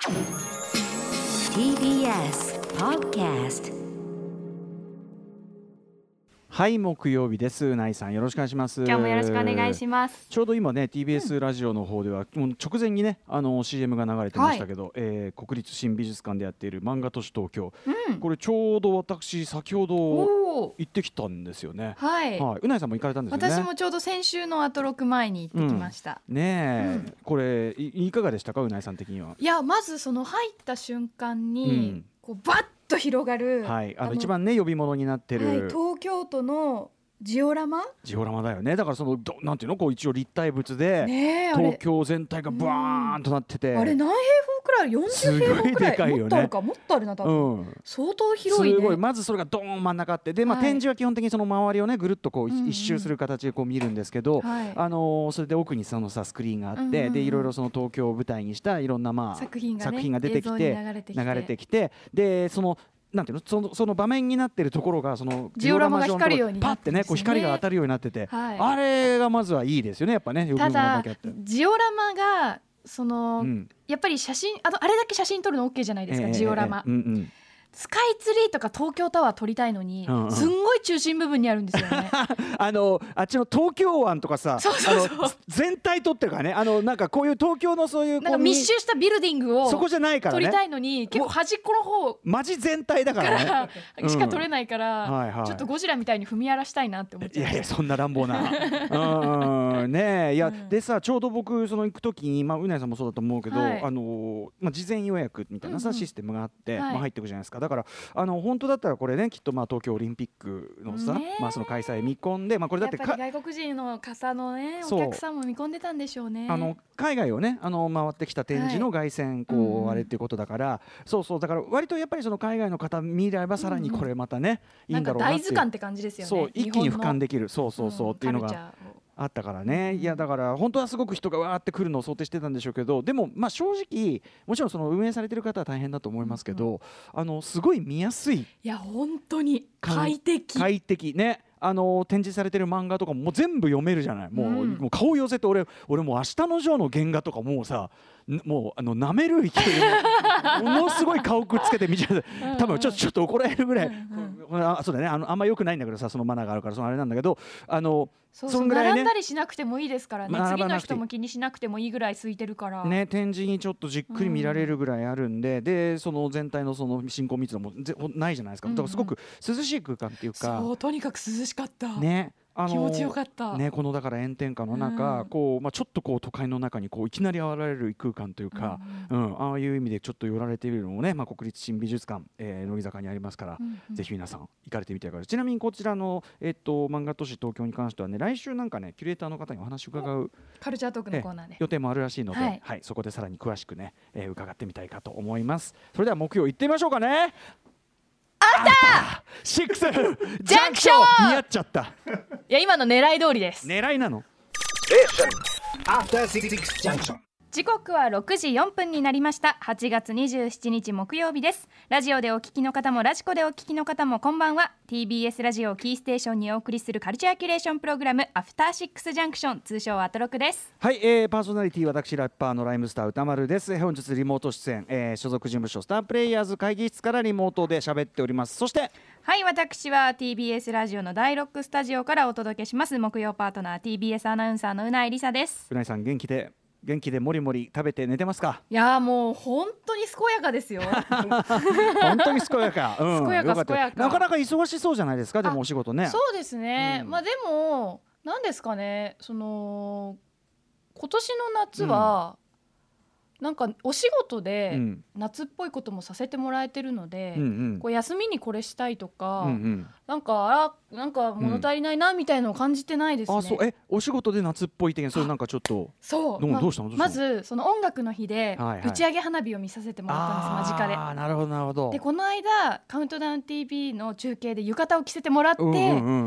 TBS Podcast。 はい、木曜日です。うないさん、よろしくお願いします。 今日もよろしくお願いします。 ちょうど今ね TBS ラジオの方では、もう直前にねCM が流れてましたけど、国立新美術館でやっている漫画都市東京、これちょうど私先ほど行ってきたんですよね。 はい、 うないさんも行かれたんですよね。 私もちょうど先週のアトロク前に行ってきました。 ねえ、これ いかがでしたか、うないさん的には。 いや、まずその入った瞬間に、こうバッと広がる、 一番ね呼び物になってる、 東京都のジオラマだよね。だからそのなんていうの、こう一応立体物で、東京全体がバーンとなってて、 あれ何平方くらい、40平方くらい、 すごいでかいよね。 もっとあるか、もっとあるな多分、相当広いね。 すごい。まずそれがドーン真ん中あって、で、展示は基本的にその周りをねぐるっとこう一周する形でこう見るんですけど、それで奥にそのスクリーンがあって、でいろいろその東京を舞台にしたいろんな作品が出てきて、流れてきて、でそのなんていうの、その場面になってるところがそのジオラマが光るようにパッてねこう光が当たるようになってて、あれがまずはいいですよね、やっぱね。 ただジオラマがその、やっぱり写真あれだけ写真撮るの OK じゃないですか、ジオラマ。スカイツリーとか東京タワー撮りたいのに、すんごい中心部分にあるんですよね。 あっちの東京湾とかさ、全体撮ってるからね、なんかこういう東京のそういうなんか密集したビルディングをそこじゃないからね、 撮りたいのに結構端っこの方街全体だからねしか撮れないから、ちょっとゴジラみたいに踏み荒らしたいなって思っちゃう。 いやいや、そんな乱暴なねえ、いや、でさ、ちょうど僕その行く時に、うないさんもそうだと思うけど、事前予約みたいなさ、システムがあって、入っていくじゃないですか。だから本当だったらこれね、きっと東京オリンピックのさ、その開催見込んで、これだってやっぱり外国人の方のねお客さんも見込んでたんでしょうね。 海外をね回ってきた展示の凱旋あれっていうことだから、だから割とやっぱりその海外の方見ればさらにこれまたね、いいんだろうなっていう、 大図鑑って感じですよね。 そう一気に俯瞰できる、っていうのがあったからね。いや、だから本当はすごく人がわーって来るのを想定してたんでしょうけど、でも正直もちろんその運営されてる方は大変だと思いますけど、すごい見やすい。 いや本当に快適ね。展示されてる漫画とかもう全部読めるじゃない。もう顔寄せて、俺もう明日のジョーの原画とかもうさ、もう舐める勢いでものすごい顔くっつけて見ちゃう。多分ちょっと怒られるぐらい、そうだね、あんま良くないんだけどさ、そのマナーがあるからそのあれなんだけど、 そんぐらいね、並んだりしなくてもいいですからね。次の人も気にしなくてもいいぐらい空いてるからね、展示にちょっとじっくり見られるぐらいあるんで、でその全体のその進行密度もないじゃないですか。だからすごく涼しい空間っていうか、 そう、とにかく涼しかったね。 気持ちよかったね。このだから炎天下の中、こうちょっとこう都会の中にこういきなり現れる空間というか、ああいう意味でちょっと寄られているのもね、国立新美術館、乃木坂にありますから、ぜひ皆さん行かれてみてください。ちなみにこちらの漫画都市東京に関してはね、来週なんかねキュレーターの方にお話を伺うカルチャートークのコーナーで予定もあるらしいので、そこでさらに詳しくね、伺ってみたいかと思います。それでは木曜行ってみましょうかね。 あったシックスジャンクション似合っちゃった。 いや、今の狙い通りです。 狙いなの。 時刻は6時4分になりました。8月27日木曜日です。ラジオでお聞きの方もラジコでお聞きの方もこんばんは。 TBS ラジオキーステーションにお送りするカルチャーキュレーションプログラム、アフターシックスジャンクション、通称アトロクです。 はい、パーソナリティ私ラッパーのライムスター歌丸です。本日リモート出演、所属事務所スタープレイヤーズ会議室からリモートで喋っております。そしてはい、私は TBS ラジオの第6スタジオからお届けします木曜パートナー TBS アナウンサーのうないりさです。 うないさん、元気でもりもり食べて寝てますか？ いや、もう本当に健やかですよ。 本当に健やか、 健やか。 なかなか忙しそうじゃないですか。でもお仕事ね。 そうですね、でも何ですかね、その今年の夏は、なんかお仕事で夏っぽいこともさせてもらえてるので、こう休みにこれしたいとか、なんか物足りないなみたいなのを感じてないですね。 そう、お仕事で夏っぽい点、それなんかちょっとそう、 どうしたの？ まずその音楽の日で打ち上げ花火を見させてもらったんです、間近で。 なるほどなるほど。 でこの間カウントダウン TV の中継で浴衣を着せてもらって、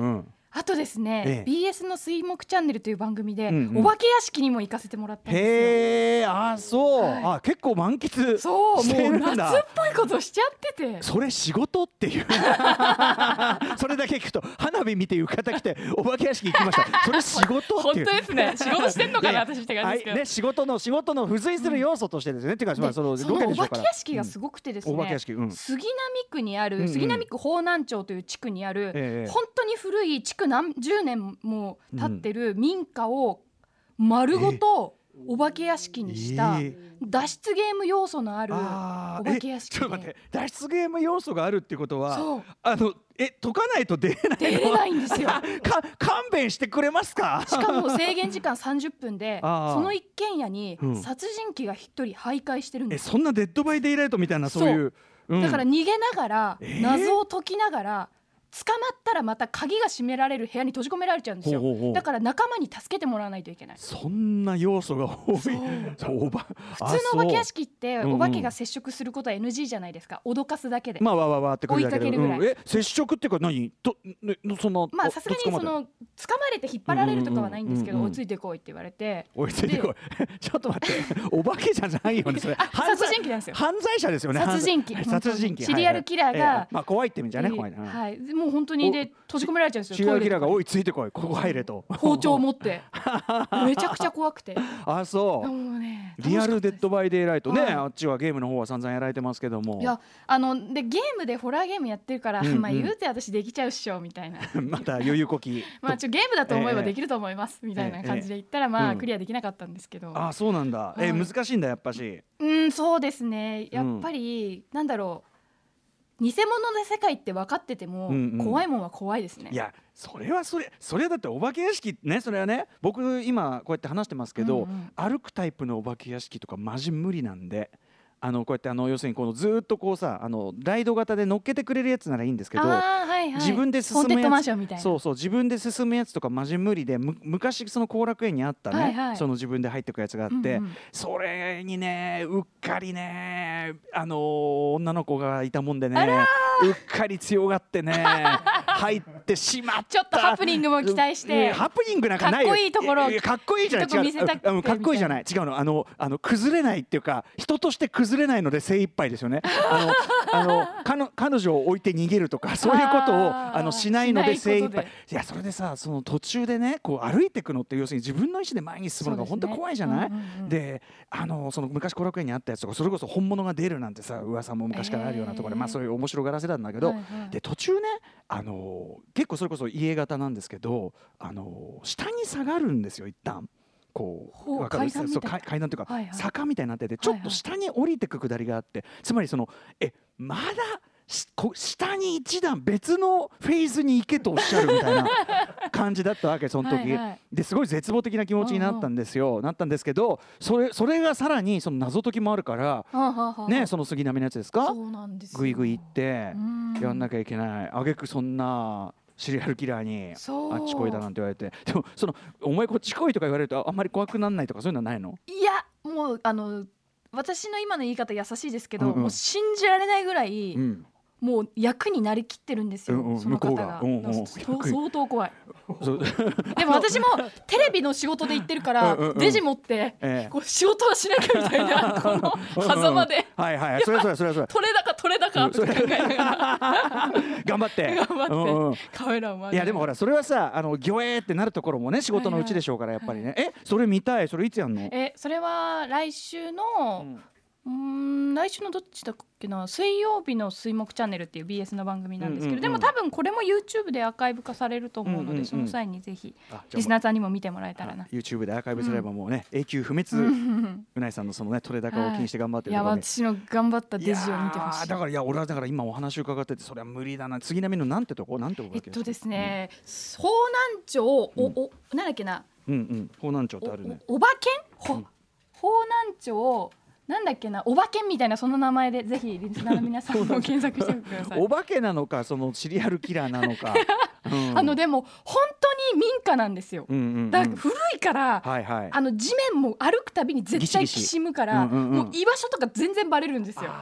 あとですね、BS の水木チャンネルという番組で、 うんうん、 お化け屋敷にも行かせてもらったんですよ。 へー、あ、そう、はい、あ、結構満喫してるんだ。 もう夏っぽいことしちゃってて、 それ仕事っていうそれだけ聞くと花火見て浴衣着てお化け屋敷行きましたそれ仕事っていう。 本当ですね、仕事してんのかな私って感じですけど、 ね、仕事の付随する要素としてですね、っていうか、そのお化け屋敷がすごくてですね、 お化け屋敷、 杉並区にある、杉並区方南町という地区にある、本当に古い築何十年も経ってる民家を丸ごとお化け屋敷にした脱出ゲーム要素のあるお化け屋敷で、 ちょっと待って、脱出ゲーム要素があるってことは、解かないと出れないんですよ勘弁してくれますか。 しかも制限時間30分でその一軒家に殺人鬼が一人徘徊してるんです。 そんなデッドバイデイライトみたいな、そういう、 だから逃げながら、謎を解きながら捕まったらまた鍵が閉められる部屋に閉じ込められちゃうんですよ。だから仲間に助けてもらわないといけない。 そんな要素が多い。普通のお化け屋敷ってお化けが接触することは NG じゃないですか。脅かすだけで、 まあわって追いかけるぐらい、 接触っていうか何と、その、 まあさすがにその掴まれて引っ張られるとかはないんですけど、追いついてこいって言われて、 追いついてこいちょっと待って、お化けじゃないよねそれ。 殺人鬼なんですよ。 犯罪者ですよね。 殺人鬼シリアルキラーが、 まあ怖いって意味じゃね、怖いな。 はい、もう本当にで閉じ込められちゃうんですよ。 シリアルキラーが追いついてこい、ここ入れと包丁を持ってめちゃくちゃ怖くてあ、そう、 ね、 リアルデッドバイデイライトね、あっちはゲームの方は散々やられてますけども、 いやでゲームでホラーゲームやってるから、まあ言うて私できちゃうっしょみたいなまた余裕こきまあゲームだと思えばできると思いますみたいな感じで言ったら、まあクリアできなかったんですけど。 あ、そうなんだ。難しいんだやっぱし。 そうですね、やっぱりなんだろう、偽物で世界って分かってても、怖いもんは怖いですね。 いや、それはだってお化け屋敷ね、それはね、僕今こうやって話してますけど、歩くタイプのお化け屋敷とかマジ無理なんで、こうやって要するにこのずっとこうさ、ライド型で乗っけてくれるやつならいいんですけど、自分で進むやつ、そう自分で進むやつとかマジ無理で、昔その後楽園にあったね、その自分で入ってくやつがあって、それにねうっかりね女の子がいたもんでね、うっかり強がってね入ってしまった。 ちょっとハプニングも期待して、 ハプニングなんかないよ。 かっこいいところ、 かっこいいじゃない、違う、かっこいいじゃない、違うの、崩れないっていうか、人として崩れないので精一杯ですよね。彼女を置いて逃げるとかそういうことをしないので精一杯。いや、それでさ、その途中でねこう歩いていくのって、要するに自分の意思で前に進むのが本当に怖いじゃない。でその昔後楽園にあったやつとか、それこそ本物が出るなんてさ、噂も昔からあるようなところで、まあそういう面白がらせたんだけど、で途中ね結構それこそ家型なんですけど、下に下がるんですよ一旦。こう階段というか、坂みたいになってて、ちょっと下に降りてくくだりがあって、つまりそのまだ下に一段別のフェーズに行けとおっしゃるみたいな感じだったわけその時ですごい絶望的な気持ちになったんですよ。なったんですけど、それがさらにその謎解きもあるからね、その杉並のやつですか、グイグイ行ってやんなきゃいけない。あげくそんなシリアルキラーにあっちこいだなんて言われて、でもお前こっち来いとか言われるとあんまり怖くなんないとかそういうのはないの？ いや、もう私の今の言い方優しいですけど、もう信じられないぐらい、もう役になりきってるんですよ、その方が。相当怖いでも私もテレビの仕事で行ってるからデジ持ってこう仕事はしなきゃみたいなこの狭間でそれ取れ高って考えながら頑張ってカメラを回る。 いやでもほらそれはさギョエーってなるところもね仕事のうちでしょうからやっぱりね。それ見たい。それいつやんの？ それは来週の来週のどっちだっけな、水曜日の水木チャンネルっていう BS の番組なんですけど、でも多分これも YouTube でアーカイブ化されると思うので、その際にぜひリスナーさんにも見てもらえたらな。 YouTube でアーカイブすればもうね、永久不滅うないさんのそのね取れ高を気にして頑張ってるところに、 いや私の頑張ったデジを見てほしい。 だから俺はだから今お話伺っててそれは無理だな。杉並のなんてとこですね、方南町なんだっけな、 方南町ってあるね。 おばけん方南町なんだっけな、お化けみたいなその名前でぜひリスナーの皆さんも検索してみてください。 お化けなのかそのシリアルキラーなのかでも本当に民家なんですよ。だから古いから、地面も歩くたびに絶対きしむから、もう居場所とか全然バレるんですよ。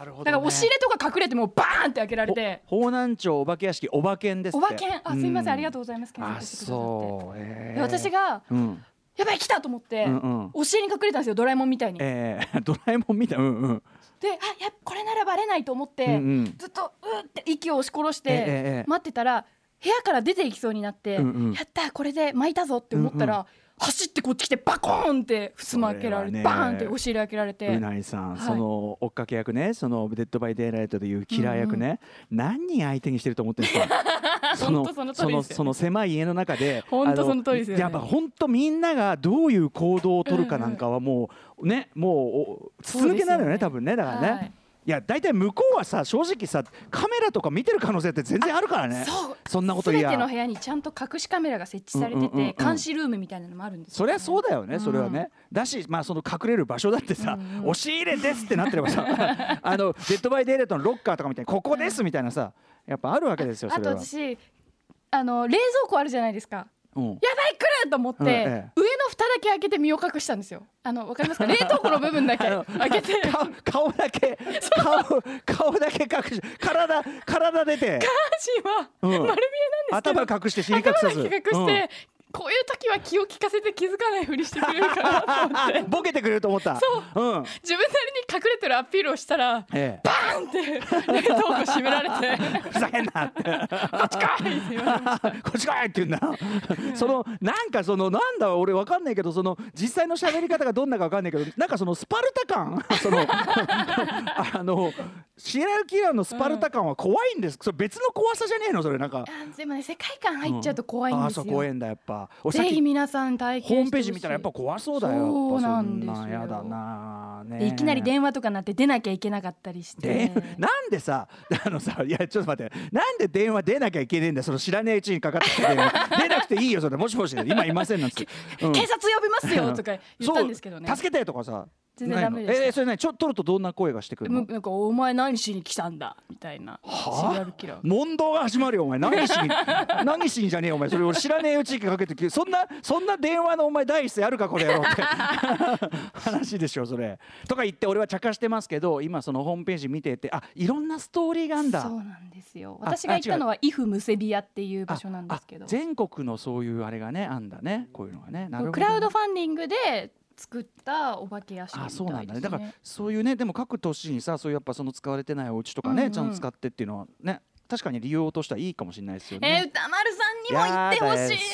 るほどね、 だから押し入れとか隠れてもバーンって開けられて、 方南町お化け屋敷お化けんですって。 お化けん、あ、すみません、ありがとうございます。 あ、そう、 で私が、やばい来たと思って、押し入れに隠れたんですよ、ドラえもんみたいに。 ドラえもんみたい、 で、これならバレないと思って、ずっとって息を押し殺して待ってたら、部屋から出ていきそうになって、やったこれで巻いたぞって思ったら、走ってこっち来てバコーンって襖開けられて、バーンって押し入れ開けられて、 うないさん、その追っかけ役ね、そのデッドバイデイライトでいうキラー役ね、何人相手にしてると思ってるんですか。その狭い家の中で、 本当その通りですよね。 やっぱ本当みんながどういう行動を取るかなんかはもうね、もう筒抜けなのよね、多分ね、だからね。いや大体向こうはさ、正直さ、カメラとか見てる可能性って全然あるからね。そんなこと言や、 全ての部屋にちゃんと隠しカメラが設置されてて、監視ルームみたいなのもあるんですよ、ね。 そりゃそうだよね、それはね。だし、まあその隠れる場所だってさ、押し入れですってなってればさ、デッドバイデイライトのロッカーとかみたいにここですみたいなさ、やっぱあるわけですよ。それは。 あと私、冷蔵庫あるじゃないですか。やばい来ると思って、上の蓋だけ開けて身を隠したんですよ。わかりますか？冷凍庫の部分だけ開けて顔だけ隠し、体出て、 下半身は丸見えなんですけど、 頭隠して尻隠さず、 隠して、こういう時は気を利かせて気づかないふりしてくれるかなと思ってボケてくれると思った。 そう、自分なりに隠れてるアピールをしたら、バーンって冷凍庫閉められてふざけんなってこっち来いって言われました。 こっち来いって言うんだなんかなんだ俺わかんないけど、実際の喋り方がどんなかわかんないけど、なんかスパルタ感シリアルキラーのスパルタ感は怖いんです。それ別の怖さじゃねえのそれ。なんかでもね、世界観入っちゃうと怖いんですよ。 怖いんだやっぱ。 ぜひ皆さん体験してほしい。 ホームページ見たらやっぱ怖そうだよ。 そうなんですよ。 やだな、ね、 でいきなり電話とかなって出なきゃいけなかったりして、 なんでさ、いやちょっと待って、なんで電話出なきゃいけねえんだよ。知らねえうちにかかってきて出なくていいよそれ。もしもし今いませんなんつって、 警察呼びますよとか言ったんですけどね。 助けてとかさ、 全然ダメでした。 それね、取るとどんな声がしてくるの？ なんかお前何しに来たんだみたいな。シリアルキラー。 問答が始まるよお前。何しにじゃねえよお前。それ俺知らねえうちにかけて、そんな電話のお前第一声あるかこれやろうって話でしょそれ。とか言って俺は茶化してますけど、今ホームページ見てて、いろんなストーリーがあんだ。 そうなんですよ。私が行ったのはイフムセビアっていう場所なんですけど、 全国のそういうあれがねあんだね、こういうのがね。なるほどね。 クラウドファンディングで作ったお化け屋敷みたいですね。 そうなんだね。だからそういうね、でも各都市にさ、そういうやっぱ使われてないお家とかね、ちゃんと使ってっていうのはね、確かに利用としてはいいかもしれないですよね。 歌丸さんにも言ってほしい。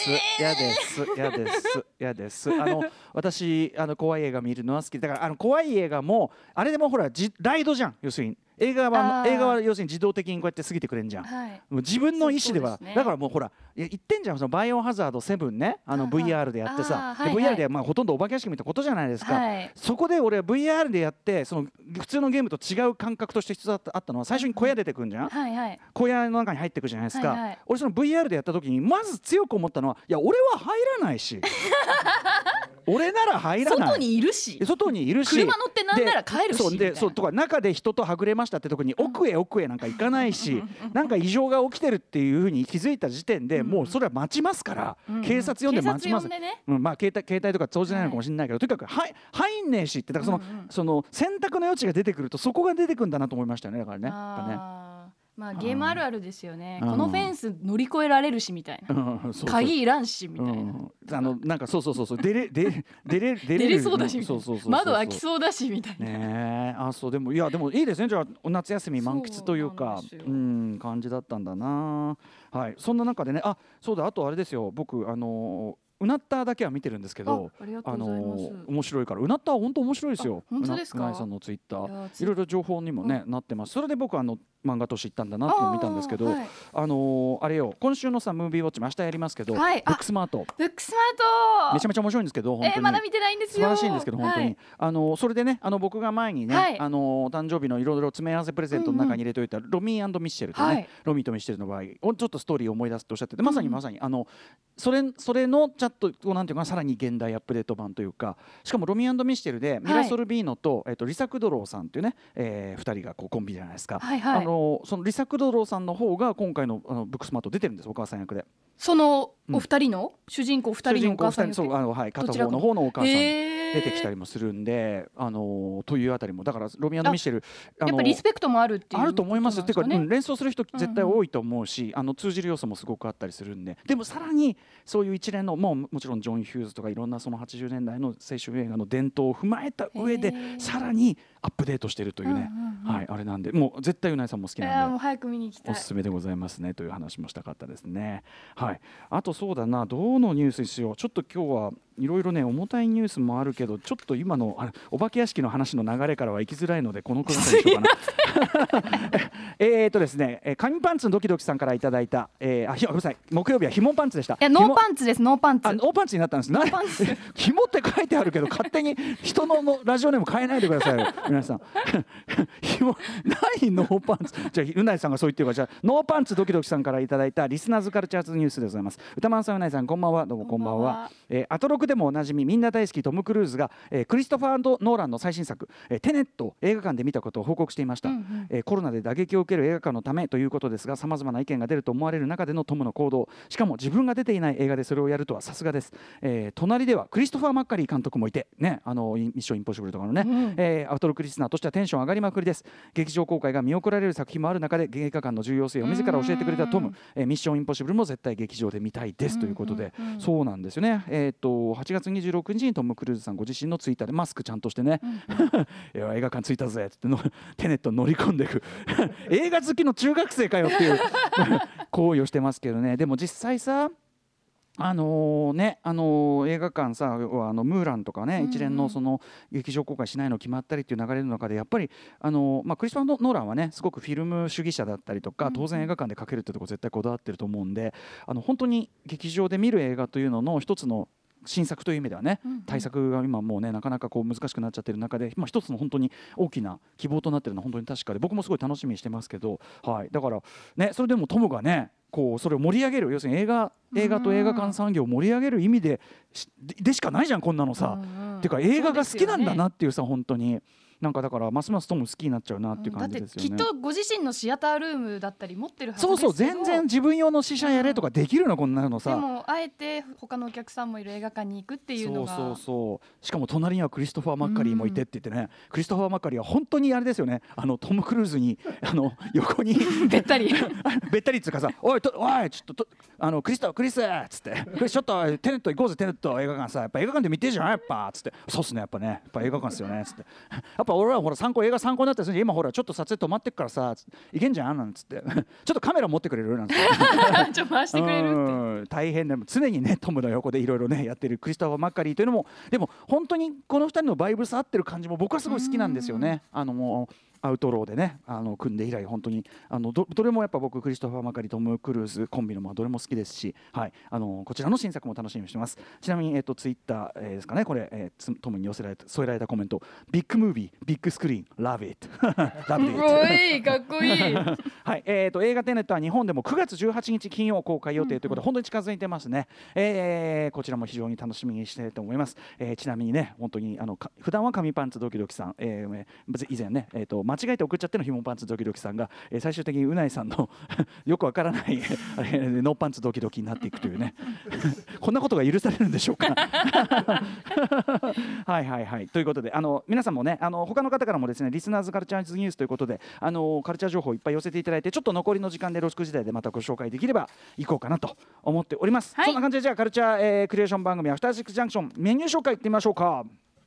嫌です私怖い映画見るのは好きだから、怖い映画もあれでもほらライドじゃん。要するに映画は要するに自動的にこうやって過ぎてくれんじゃん、もう自分の意思では。だからもうほら言ってんじゃん、バイオハザード7ね、VR でやってさ、VR でほとんどお化け屋敷みたいなことじゃないですか、そこで俺は VR でやって普通のゲームと違う感覚として必要あったのは、最初に小屋出てくるんじゃん、小屋の中に入ってくるじゃないですか、俺VR でやった時にまず強く思ったのは、いや俺は入らないし俺なら入らない、 外にいるし車乗ってなんなら帰るしみたいな。 とか中で人とはぐれましたってとこに奥へなんか行かないし、なんか異常が起きてるっていうふうに気づいた時点でもうそれは待ちますから、警察呼んで待ちます。まあ携帯とか通じないのかもしれないけど、とにかく入んねえしって、だからその選択の余地が出てくるとそこが出てくるんだなと思いましたよね。だからね、やっぱね。 まあ、ゲームあるあるですよね。このフェンス乗り越えられるしみたいな、鍵いらんしみたいな、 なんかそう出れそうだしみたいな、窓開きそうだしみたいなね。でもいいですね。じゃあ夏休み満喫というか感じだったんだな。はい、そんな中でね、そうだ、あとあれですよ、僕うなっただけは見てるんですけど、面白いから。うなったは本当面白いですよ。 本当ですか？ うなさんのツイッターいろいろ情報にもねなってます。それで僕漫画都市行ったんだなってのを見たんですけど、あれよ、今週のさムービーウォッチも明日やりますけど、ブックスマートめちゃめちゃ面白いんですけど、本当にまだ見てないんですよ。 素晴らしいんですけど本当に、それでね、僕が前にね、誕生日のいろいろ詰め合わせプレゼントの中に入れておいたロミー&ミッシェルとね、ロミーとミッシェルの場合ちょっとストーリーを思い出すとおっしゃってて、まさにそれのちょっとなんていうかさらに現代アップデート版というか、しかもロミー&ミッシェルでミラソルビーノとリサ・クドローさんというね、2人がコンビじゃないですか。そのリサ・クドローさんの方が今回のブックスマート出てるんです、お母さん役で。 そのお二人の、主人公二人のお母さん、 そうはい、片方の方のお母さん出てきたりもするんで、というあたりもだからロミアンド・ミシェルやっぱリスペクトもあるっていう、 あると思います。っていうか、連想する人絶対多いと思うし、通じる要素もすごくあったりするんで、でもさらにそういう一連のもちろんジョン・ヒューズとかいろんなその80年代の青春映画の伝統を踏まえた上でさらにアップデートしてるというね、はい、あれなんでもう絶対うないさんも好きなんで、 もう早く見に行きたい、 おすすめでございますねという話もしたかったですね。はい、あとそうだな、どのニュースにしよう。ちょっと今日はいろいろね重たいニュースもあるけど、ちょっと今のお化け屋敷の話の流れからは行きづらいのでこのくらいにしようかなですね、紙パンツのドキドキさんからいただいた、ごめんなさい、木曜日はひもパンツでした。 いやノーパンツです、ノーパンツ。 ノーパンツになったんです。ひもって書いてあるけど勝手に人のラジオネーム変えないでくださいよ皆さんひも何ノーパンツ、じゃあうないさんがそう言ってるから、じゃあノーパンツドキドキさんからいただいたリスナーズカルチャーズニュースでございます。歌丸さん、うないさん、こんばんは。どうもこんばんは。アトロクでもおなじみみんな大好きトム・クルーズが、クリストファー&ノーランの最新作、テネットを映画館で見たことを報告していました。コロナで打撃を受ける映画館のためということですが、さまざまな意見が出ると思われる中でのトムの行動、しかも自分が出ていない映画でそれをやるとはさすがです。隣ではクリストファー・マッカリー監督もいて、ね、ミッションインポッシブルとかのね、アトロクリスナーとしてはテンション上がりまくりです。劇場公開が見送られる作品もある中で映画館の重要性を自ら教えてくれたトム、ミッションインポッシブルも絶対劇場で見たいですということで、そうなんですよね。8月26日にトム・クルーズさんご自身のツイッターでマスクちゃんとしてねいや映画館着いたぜってテネット乗り込んでいく映画好きの中学生かよっていう行為をしてますけどね。でも実際さ映画館さ、ムーランとかね、一連のその劇場公開しないの決まったりっていう流れの中でやっぱりクリストファー・ノーランはねすごくフィルム主義者だったりとか、当然映画館でかけるってとこ絶対こだわってると思うんで、本当に劇場で見る映画というのの一つの新作という意味ではね、対策が今もうねなかなかこう難しくなっちゃってる中で、一つの本当に大きな希望となってるのは本当に確かで、僕もすごい楽しみにしてますけど、はい、だからね、それでもトムがねこうそれを盛り上げる、要するに映画と映画館産業を盛り上げる意味でしかないじゃんこんなのさ、っていうか映画が好きなんだなっていうさ、本当になんかだからますますトム好きになっちゃうなっていう感じですよね。 だってきっとご自身のシアタールームだったり持ってるはずですけど、 そう全然自分用の試写やれとかできるの、こんなのさ。 でもあえて他のお客さんもいる映画館に行くっていうのが、 そうしかも隣にはクリストファー・マッカリーもいてって言ってね、クリストファー・マッカリーは本当にあれですよね、トム・クルーズに横にべったりべったりっつうかさ、おいちょっとクリスっつって、ちょっとテネット行こうぜ、テネット映画館さ、やっぱ映画館で見てるじゃんやっぱっつって、そうっすねやっぱ映画館っすよねっつって、やっぱ俺らほら映画参考になったりする、今ほらちょっと撮影止まってっからさいけんじゃんなんつってちょっとカメラ持ってくれるなんつってちょ回してくれるって大変で、常にねトムの横でいろいろねやってるクリストファー・マッカリーというのも、でも本当にこの2人のバイブス合ってる感じも僕はすごい好きなんですよね。もうアウトローでね組んで以来本当にどれもやっぱ僕クリストファー・マカリトム・クルーズコンビのどれも好きですし、はい、こちらの新作も楽しみにしてます。ちなみにツイッターですかね、これ、トムに添えられたコメント、ビッグムービービッグスクリーンラブイットラブイットかっこいいはい、映画テネットは日本でも9月18日金曜公開予定ということで、本当に近づいてますね。こちらも非常に楽しみにしていると思います。ちなみにね本当に普段は紙パンツドキドキさん、以前ね間違えて送っちゃってのひもパンツドキドキさんが、最終的にうないさんのよくわからないノーパンツドキドキになっていくというねこんなことが許されるんでしょうかはいということで皆さんもね他の方からもですねリスナーズカルチャーズニュースということでカルチャー情報をいっぱい寄せていただいて、ちょっと残りの時間で6時台でまたご紹介できれば行こうかなと思っております、はい、そんな感じでじゃあカルチャー、クリエーション番組アフターシックスジャンクションメニュー紹介いってみましょうか。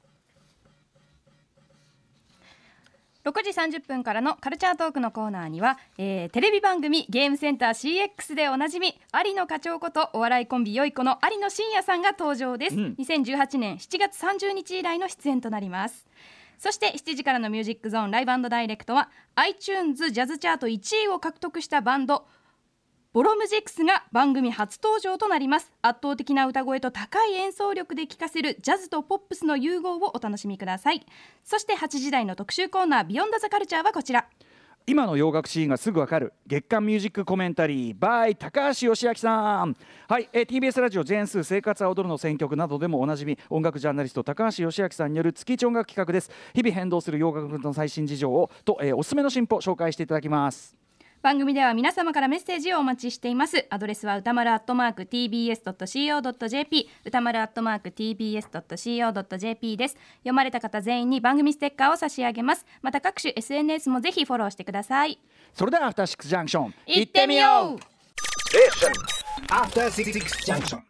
6時30分からのカルチャートークのコーナーには、テレビ番組ゲームセンター CX でおなじみ有野課長ことお笑いコンビよいこの有野真也さんが登場です、2018年7月30日以来の出演となります。そして7時からのミュージックゾーンライブダイレクトは iTunes ジャズチャート1位を獲得したバンドボロムジェクスが番組初登場となります。圧倒的な歌声と高い演奏力で聴かせるジャズとポップスの融合をお楽しみください。そして8時台の特集コーナービヨンドザカルチャーはこちら、 今の洋楽シーンがすぐわかる月刊ミュージックコメンタリー by 高橋義明さん。はい、TBS ラジオジェーンスー生活は踊るの選曲などでもおなじみ音楽ジャーナリスト高橋義明さんによる月1音楽企画です。日々変動する洋楽の最新事情をおすすめの進歩を紹介していただきます。 番組では皆様からメッセージをお待ちしています。アドレスは歌丸@tbs.co.jp 歌丸@tbs.co.jp です。読まれた方全員に番組ステッカーを差し上げます。また各種 SNS もぜひフォローしてください。 それではアフターシックスジャンクション行ってみよう。 After 66 junction.